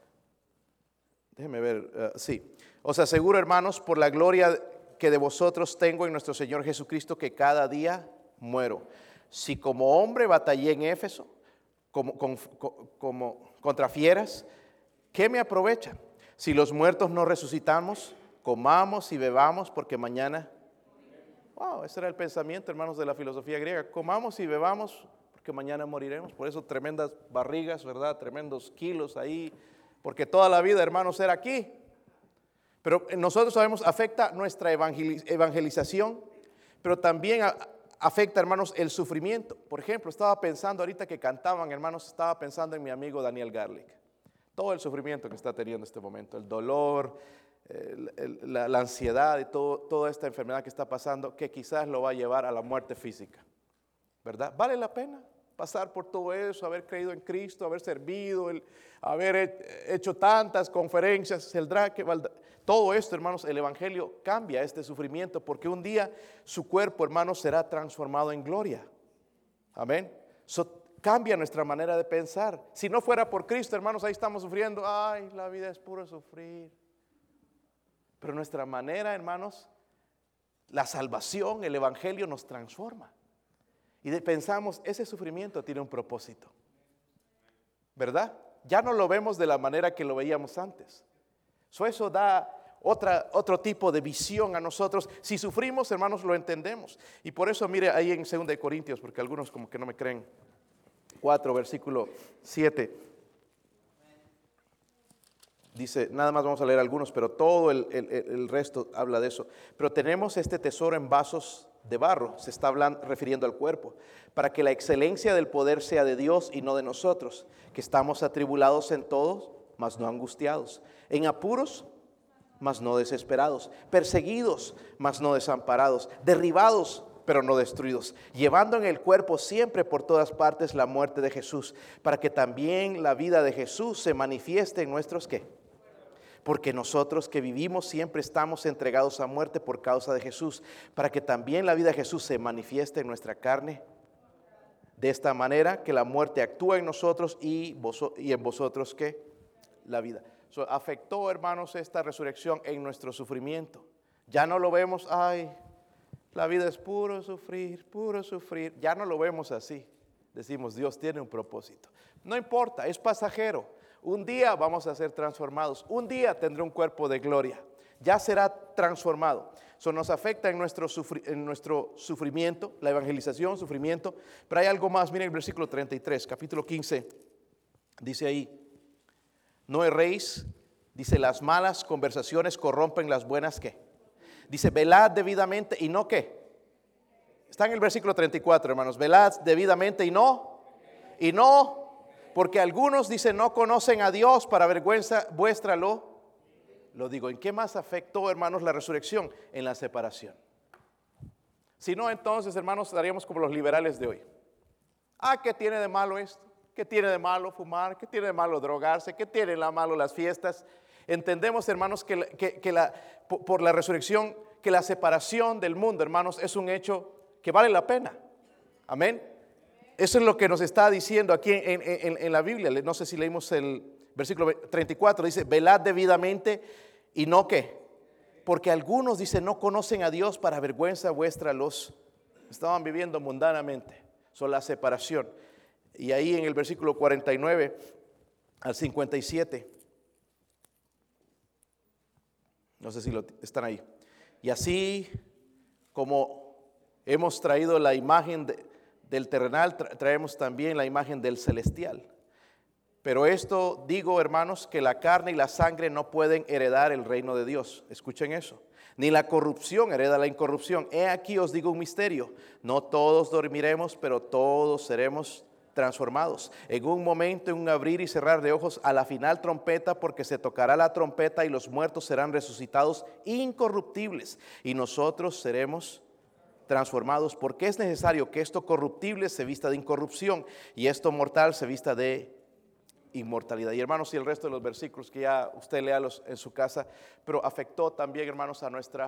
Déjenme ver, uh, sí. Os aseguro, hermanos, por la gloria que de vosotros tengo en nuestro Señor Jesucristo, que cada día muero. Si como hombre batallé en Éfeso, como, como, como contra fieras, ¿qué me aprovecha? Si los muertos no resucitamos, comamos y bebamos, porque mañana... Wow, ese era el pensamiento, hermanos, de la filosofía griega. Comamos y bebamos, porque mañana moriremos. Por eso tremendas barrigas, ¿verdad? Tremendos kilos ahí, porque toda la vida, hermanos, era aquí. Pero nosotros sabemos, afecta nuestra evangelización, pero también afecta, hermanos, el sufrimiento. Por ejemplo, estaba pensando ahorita que cantaban, hermanos, estaba pensando en mi amigo Daniel Garlic. Todo el sufrimiento que está teniendo en este momento, el dolor, el, el, la, la ansiedad y todo, toda esta enfermedad que está pasando, que quizás lo va a llevar a la muerte física, ¿verdad? ¿Vale la pena pasar por todo eso, haber creído en Cristo, haber servido, el, haber hecho tantas conferencias, el drake, todo esto, hermanos? El evangelio cambia este sufrimiento, porque un día su cuerpo, hermanos, será transformado en gloria. Amén. So, cambia nuestra manera de pensar. Si no fuera por Cristo, hermanos, ahí estamos sufriendo. Ay, la vida es puro sufrir. Pero nuestra manera, hermanos, la salvación, el evangelio nos transforma. Y de, pensamos, ese sufrimiento tiene un propósito, ¿verdad? Ya no lo vemos de la manera que lo veíamos antes. So, eso da otra, otro tipo de visión a nosotros. Si sufrimos, hermanos, lo entendemos. Y por eso, mire ahí en segunda de Corintios, porque algunos como que no me creen, cuatro, versículo siete. Dice, nada más vamos a leer algunos, pero todo el, el, el resto habla de eso. Pero tenemos este tesoro en vasos de barro, se está hablando, refiriendo al cuerpo, para que la excelencia del poder sea de Dios y no de nosotros, que estamos atribulados en todos, mas no angustiados, en apuros, mas no desesperados, perseguidos, mas no desamparados, derribados, pero no destruidos, llevando en el cuerpo siempre por todas partes la muerte de Jesús, para que también la vida de Jesús se manifieste en nuestros ¿qué? Porque nosotros que vivimos siempre estamos entregados a muerte por causa de Jesús, para que también la vida de Jesús se manifieste en nuestra carne. De esta manera que la muerte actúa en nosotros y, vos, y en vosotros ¿qué? La vida. So, afectó, hermanos, esta resurrección en nuestro sufrimiento. Ya no lo vemos, ay, La vida es puro sufrir, puro sufrir. Ya no lo vemos así. Decimos, Dios tiene un propósito. No importa, es pasajero. Un día vamos a ser transformados. Un día tendré un cuerpo de gloria. Ya será transformado. Eso nos afecta en nuestro, sufri- en nuestro sufrimiento, la evangelización, sufrimiento. Pero hay algo más. Miren el versículo treinta y tres, capítulo quince. Dice ahí, no erréis. Dice, las malas conversaciones corrompen las buenas, ¿qué? Dice, velad debidamente y no, ¿qué? Está en el versículo treinta y cuatro, hermanos. Velad debidamente y no, y no, porque algunos, dice, no conocen a Dios, para vergüenza vuestra lo, lo digo. ¿En qué más afectó, hermanos, la resurrección? En la separación. Si no, entonces, hermanos, estaríamos como los liberales de hoy. Ah, ¿qué tiene de malo esto? ¿Qué tiene de malo fumar? ¿Qué tiene de malo drogarse? ¿Qué tiene de malo las fiestas? Entendemos, hermanos, que, la, que, que la, por la resurrección, que la separación del mundo, hermanos, es un hecho que vale la pena. Amén. Eso es lo que nos está diciendo aquí en, en, en la Biblia. No sé si leímos el versículo treinta y cuatro. Dice, velad debidamente y no, ¿qué? Porque algunos, dice, no conocen a Dios, para vergüenza vuestra los estaban viviendo mundanamente. Son la separación. Y ahí en el versículo cuarenta y nueve al cincuenta y siete. No sé si lo, están ahí. Y así como hemos traído la imagen de, del terrenal, tra, traemos también la imagen del celestial. Pero esto digo, hermanos, que la carne y la sangre no pueden heredar el reino de Dios. Escuchen eso. Ni la corrupción hereda la incorrupción. He aquí os digo un misterio. No todos dormiremos, pero todos seremos transformados. En un momento, en un abrir y cerrar de ojos, a la final trompeta, porque se tocará la trompeta y los muertos serán resucitados incorruptibles. Y nosotros seremos transformados, porque es necesario que esto corruptible se vista de incorrupción y esto mortal se vista de inmortalidad. Y hermanos, y el resto de los versículos que ya usted lea los en su casa, pero afectó también, hermanos, a nuestra,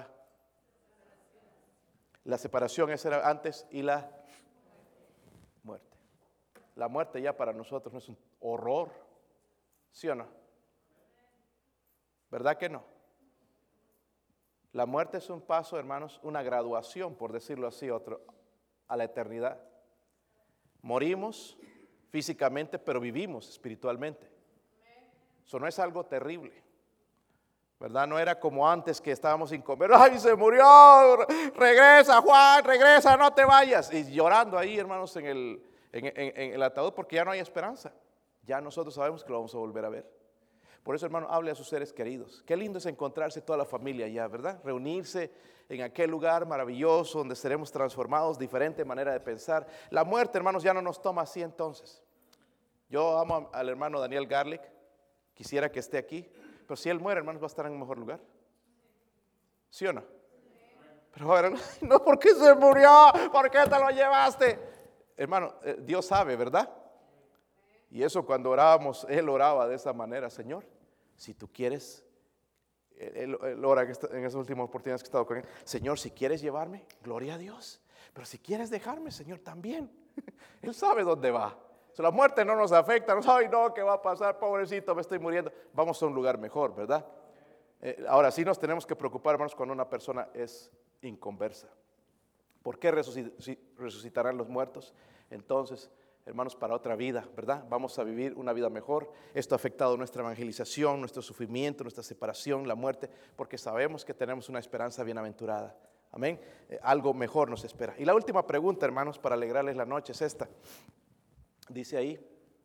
la separación, esa era antes, y la muerte. La muerte ya para nosotros no es un horror, ¿sí o no? ¿Verdad que no? La muerte es un paso, hermanos, una graduación, por decirlo así, otro, a la eternidad. Morimos físicamente, pero vivimos espiritualmente. Eso no es algo terrible, ¿verdad? No era como antes que estábamos sin comer. ¡Ay, se murió! Regresa, Juan, regresa, no te vayas. Y llorando ahí, hermanos, en el, en, en, en el ataúd, porque ya no hay esperanza. Ya nosotros sabemos que lo vamos a volver a ver. Por eso, hermano, hable a sus seres queridos. Qué lindo es encontrarse toda la familia allá, ¿verdad? Reunirse en aquel lugar maravilloso donde seremos transformados, diferente manera de pensar. La muerte, hermanos, ya no nos toma así entonces. Yo amo al hermano Daniel Garlic, quisiera que esté aquí, pero si él muere, hermanos, va a estar en un mejor lugar. ¿Sí o no? Pero ahora, no, ¿por qué se murió? ¿Por qué te lo llevaste? Hermano, Dios sabe, ¿verdad? Y eso cuando orábamos, él oraba de esa manera: Señor, si tú quieres, él, él ora en esas últimas oportunidades que he estado con él, Señor, si quieres llevarme, gloria a Dios, pero si quieres dejarme, Señor, también. Él sabe dónde va. So, la muerte no nos afecta, no sabe, no, ¿qué va a pasar? Pobrecito, me estoy muriendo. Vamos a un lugar mejor, ¿verdad? Eh, ahora sí nos tenemos que preocupar, hermanos, cuando una persona es inconversa. ¿Por qué resucitarán los muertos? Entonces, hermanos, para otra vida, ¿verdad? Vamos a vivir una vida mejor. Esto ha afectado nuestra evangelización, nuestro sufrimiento, nuestra separación, la muerte, porque sabemos que tenemos una esperanza bienaventurada. Amén. Eh, algo mejor nos espera. Y la última pregunta, hermanos, para alegrarles la noche es esta. Dice ahí,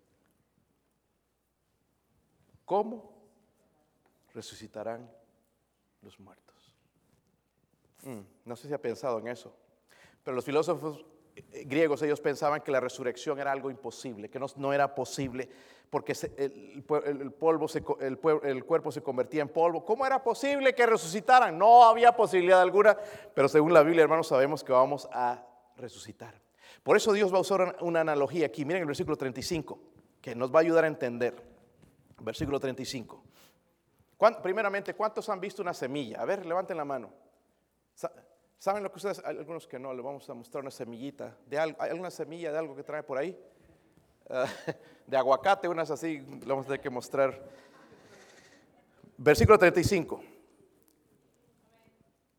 ¿cómo resucitarán los muertos? Mm, no sé si ha pensado en eso, pero los filósofos griegos, ellos pensaban que la resurrección era algo imposible, que no, no era posible, porque se, el, el, polvo se, el, el cuerpo se convertía en polvo. ¿Cómo era posible que resucitaran? No había posibilidad alguna, pero según la Biblia, hermanos, sabemos que vamos a resucitar. Por eso Dios va a usar una, una analogía aquí. Miren el versículo treinta y cinco, que nos va a ayudar a entender. Versículo treinta y cinco. Primeramente, ¿cuántos han visto una semilla? A ver, levanten la mano. ¿Saben lo que ustedes? Hay algunos que no, le vamos a mostrar una semillita de algo. ¿Hay alguna semilla de algo que trae por ahí? Uh, de aguacate, unas así, le vamos a tener que mostrar. Versículo treinta y cinco.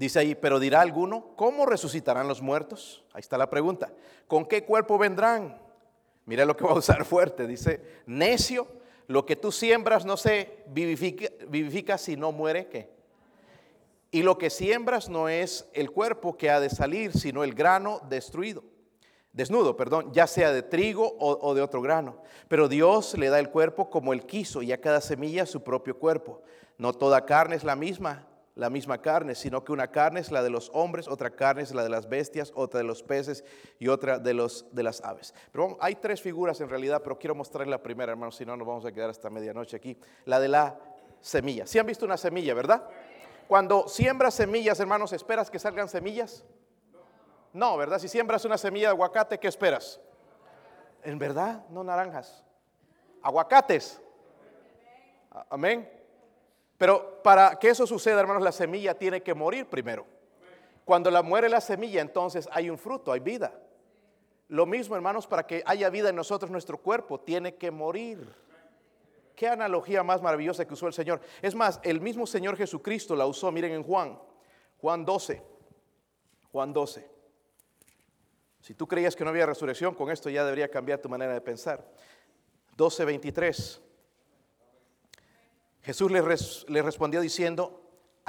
Dice ahí, pero dirá alguno, ¿cómo resucitarán los muertos? Ahí está la pregunta. ¿Con qué cuerpo vendrán? Mira lo que va a usar fuerte. Dice, necio, lo que tú siembras no se vivifica, vivifica si no muere, ¿qué? Y lo que siembras no es el cuerpo que ha de salir, sino el grano destruido. Desnudo, perdón, ya sea de trigo o, o de otro grano. Pero Dios le da el cuerpo como Él quiso y a cada semilla su propio cuerpo. No toda carne es la misma, la misma carne, sino que una carne es la de los hombres, otra carne es la de las bestias, otra de los peces y otra de, los, de las aves. Pero bueno, hay tres figuras en realidad, pero quiero mostrarles la primera, hermanos, si no nos vamos a quedar hasta medianoche aquí. La de la semilla. ¿Sí han visto una semilla, verdad? Cuando siembras semillas, hermanos, ¿esperas que salgan semillas? No, ¿verdad? Si siembras una semilla de aguacate, ¿qué esperas? En verdad, no naranjas. Aguacates. Amén. Pero para que eso suceda, hermanos, la semilla tiene que morir primero. Cuando la muere la semilla, entonces hay un fruto, hay vida. Lo mismo, hermanos, para que haya vida en nosotros, nuestro cuerpo tiene que morir. Qué analogía más maravillosa que usó el Señor. Es más, el mismo Señor Jesucristo la usó. Miren en Juan, Juan doce. Juan doce. Si tú creías que no había resurrección, con esto ya debería cambiar tu manera de pensar. doce veintitrés. Jesús le, res, le respondió diciendo, ha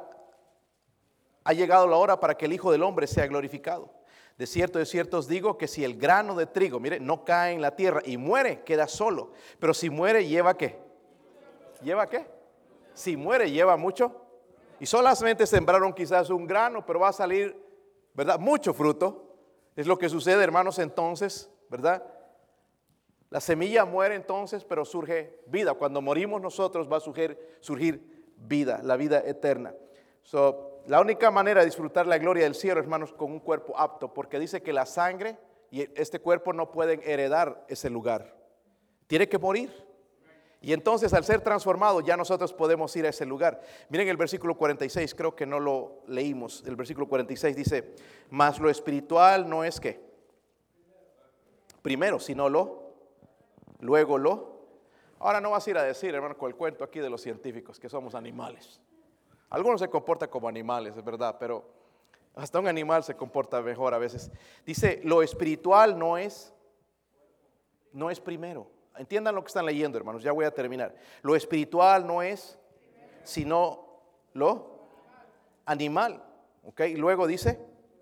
llegado la hora para que el Hijo del Hombre sea glorificado. De cierto, de cierto os digo que si el grano de trigo, mire, no cae en la tierra y muere, queda solo. Pero si muere, ¿lleva qué? ¿Lleva qué? Si muere, lleva mucho. Y solamente sembraron quizás un grano, pero va a salir, ¿verdad? Mucho fruto. Es lo que sucede, hermanos, entonces, ¿verdad? La semilla muere entonces, pero surge vida. Cuando morimos nosotros va a surgir, surgir vida, la vida eterna. So, la única manera de disfrutar la gloria del cielo, hermanos, con un cuerpo apto, porque dice que la sangre y este cuerpo no pueden heredar ese lugar. Tiene que morir. Y entonces al ser transformado ya nosotros podemos ir a ese lugar. Miren el versículo cuarenta y seis, creo que no lo leímos. El versículo cuarenta y seis dice, mas lo espiritual no es que primero, sino lo, luego lo. Ahora no vas a ir a decir, hermano, con el cuento aquí de los científicos, que somos animales. Algunos se comportan como animales, es verdad, pero hasta un animal se comporta mejor a veces. Dice, lo espiritual no es, no es primero. Entiendan lo que están leyendo, hermanos, ya voy a terminar. Lo espiritual no es, sino lo animal. ¿Ok? Y luego dice,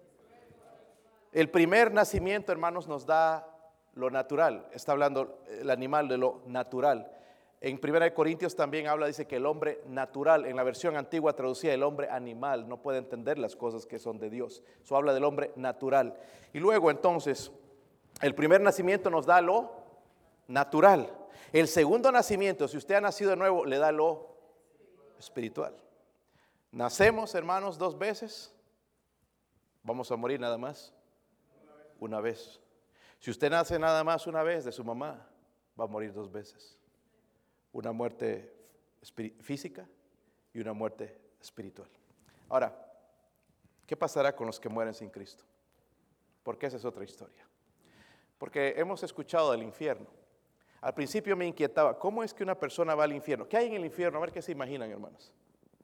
el primer nacimiento, hermanos, nos da lo natural. Está hablando el animal de lo natural. En primera de Corintios también habla, dice que el hombre natural, en la versión antigua traducía el hombre animal, no puede entender las cosas que son de Dios. Eso habla del hombre natural. Y luego entonces, el primer nacimiento nos da lo natural. El segundo nacimiento, si usted ha nacido de nuevo, le da lo espiritual. Nacemos, hermanos, dos veces. Vamos a morir nada más una vez. Si usted nace nada más una vez de su mamá, va a morir dos veces. Una muerte física y una muerte espiritual. Ahora, ¿qué pasará con los que mueren sin Cristo? Porque esa es otra historia. Porque hemos escuchado del infierno. Al principio me inquietaba, ¿cómo es que una persona va al infierno? ¿Qué hay en el infierno? A ver qué se imaginan, hermanos.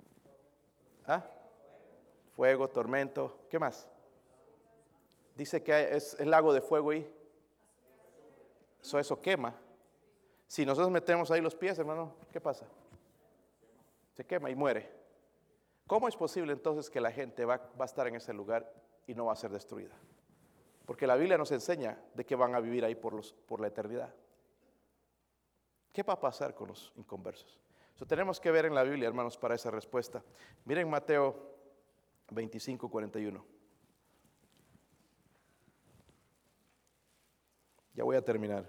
¿Ah? Fuego, tormento, ¿qué más? Dice que es el lago de fuego y eso, eso quema. Si nosotros metemos ahí los pies, hermano, ¿qué pasa? Se quema y muere. ¿Cómo es posible entonces que la gente va, va a estar en ese lugar y no va a ser destruida? Porque la Biblia nos enseña de que van a vivir ahí por, los, por la eternidad. ¿Qué va a pasar con los inconversos? Eso tenemos que ver en la Biblia, hermanos, para esa respuesta. Miren Mateo veinticinco, cuarenta y uno. Ya voy a terminar.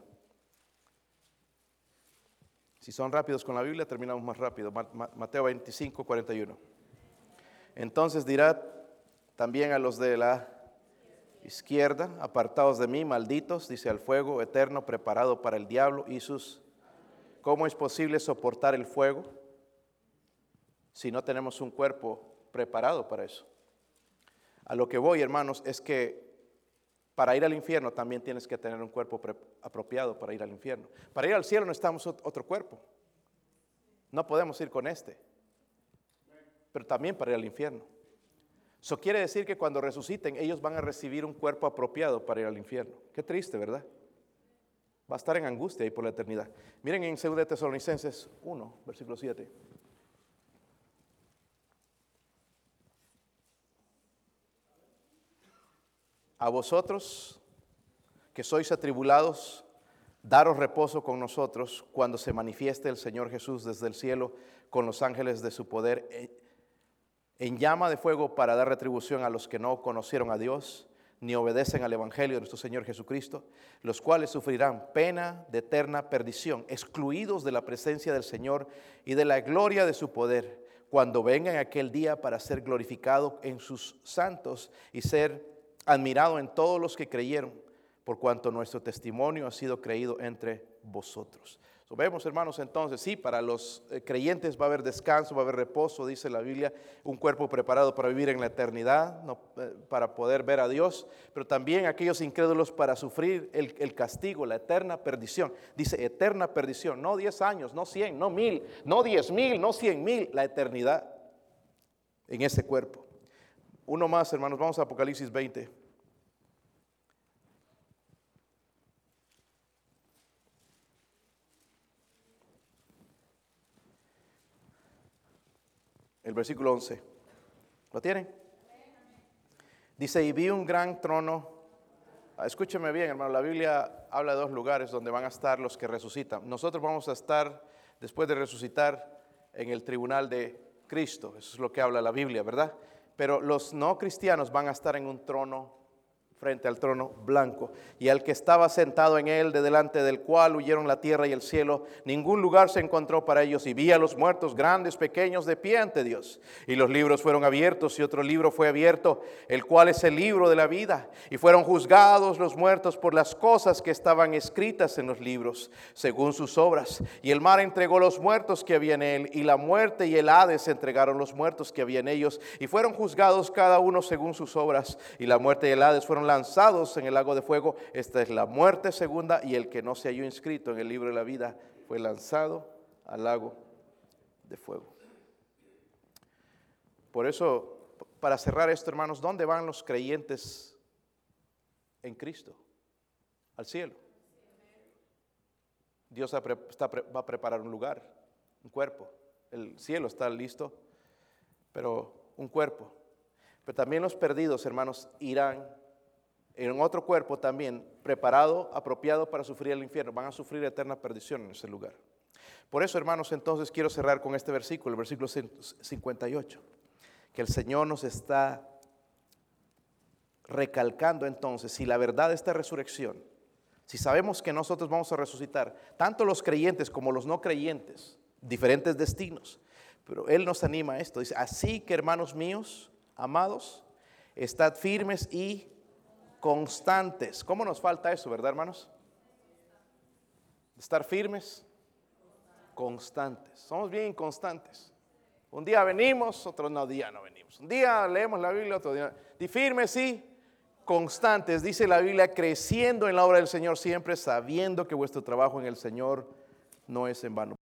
Si son rápidos con la Biblia, terminamos más rápido. Mateo veinticinco, cuarenta y uno. Entonces dirá también a los de la izquierda, apartados de mí, malditos, dice, al fuego eterno preparado para el diablo y sus... ¿Cómo es posible soportar el fuego si no tenemos un cuerpo preparado para eso? A lo que voy, hermanos, es que para ir al infierno también tienes que tener un cuerpo apropiado para ir al infierno. Para ir al cielo necesitamos otro cuerpo. No podemos ir con este. Pero también para ir al infierno. Eso quiere decir que cuando resuciten, ellos van a recibir un cuerpo apropiado para ir al infierno. Qué triste, ¿verdad? Va a estar en angustia ahí por la eternidad. Miren en segunda de Tesalonicenses uno, versículo siete. A vosotros que sois atribulados, daros reposo con nosotros cuando se manifieste el Señor Jesús desde el cielo con los ángeles de su poder en llama de fuego para dar retribución a los que no conocieron a Dios ni obedecen al Evangelio de nuestro Señor Jesucristo, los cuales sufrirán pena de eterna perdición, excluidos de la presencia del Señor y de la gloria de su poder, cuando vengan aquel día para ser glorificado en sus santos y ser admirado en todos los que creyeron, por cuanto nuestro testimonio ha sido creído entre vosotros. So, vemos, hermanos, entonces, sí, para los eh, creyentes va a haber descanso, va a haber reposo, dice la Biblia, un cuerpo preparado para vivir en la eternidad, no, eh, para poder ver a Dios, pero también aquellos incrédulos para sufrir el, el castigo, la eterna perdición. Dice eterna perdición, no diez años, no cien, no mil, no diez mil, no cien mil, la eternidad en ese cuerpo. Uno más, hermanos, vamos a Apocalipsis veinte. El versículo once. ¿Lo tienen? Dice, y vi un gran trono. Escúcheme bien, hermano, la Biblia habla de dos lugares donde van a estar los que resucitan. Nosotros vamos a estar, después de resucitar, en el tribunal de Cristo. Eso es lo que habla la Biblia, ¿verdad? Pero los no cristianos van a estar en un trono, frente al trono blanco, y al que estaba sentado en él, de delante del cual huyeron la tierra y el cielo, ningún lugar se encontró para ellos, y vi a los muertos, grandes, pequeños, de pie ante Dios, y los libros fueron abiertos, y otro libro fue abierto, el cual es el libro de la vida, y fueron juzgados los muertos por las cosas que estaban escritas en los libros, según sus obras, y el mar entregó los muertos que había en él, y la muerte y el Hades entregaron los muertos que había en ellos, y fueron juzgados cada uno según sus obras, y la muerte y el Hades fueron lanzados en el lago de fuego. Esta es la muerte segunda, y el que no se halló inscrito en el libro de la vida fue lanzado al lago de fuego. Por eso, para cerrar esto, hermanos, ¿dónde van los creyentes en Cristo? Al cielo. Dios está, va a preparar un lugar, un cuerpo. El cielo está listo, pero un cuerpo. Pero también los perdidos, hermanos, irán en otro cuerpo también, preparado, apropiado para sufrir el infierno. Van a sufrir eterna perdición en ese lugar. Por eso, hermanos, entonces quiero cerrar con este versículo, el versículo cincuenta y ocho, que el Señor nos está recalcando entonces, si la verdad de esta resurrección, si sabemos que nosotros vamos a resucitar, tanto los creyentes como los no creyentes, diferentes destinos, pero Él nos anima a esto, dice, así que, hermanos míos, amados, estad firmes y constantes. ¿Cómo nos falta eso, verdad, hermanos? Estar firmes, constantes. Somos bien inconstantes. Un día venimos, otro no, día no venimos. Un día leemos la Biblia, otro día. Y firmes y constantes, dice la Biblia, creciendo en la obra del Señor siempre, sabiendo que vuestro trabajo en el Señor no es en vano.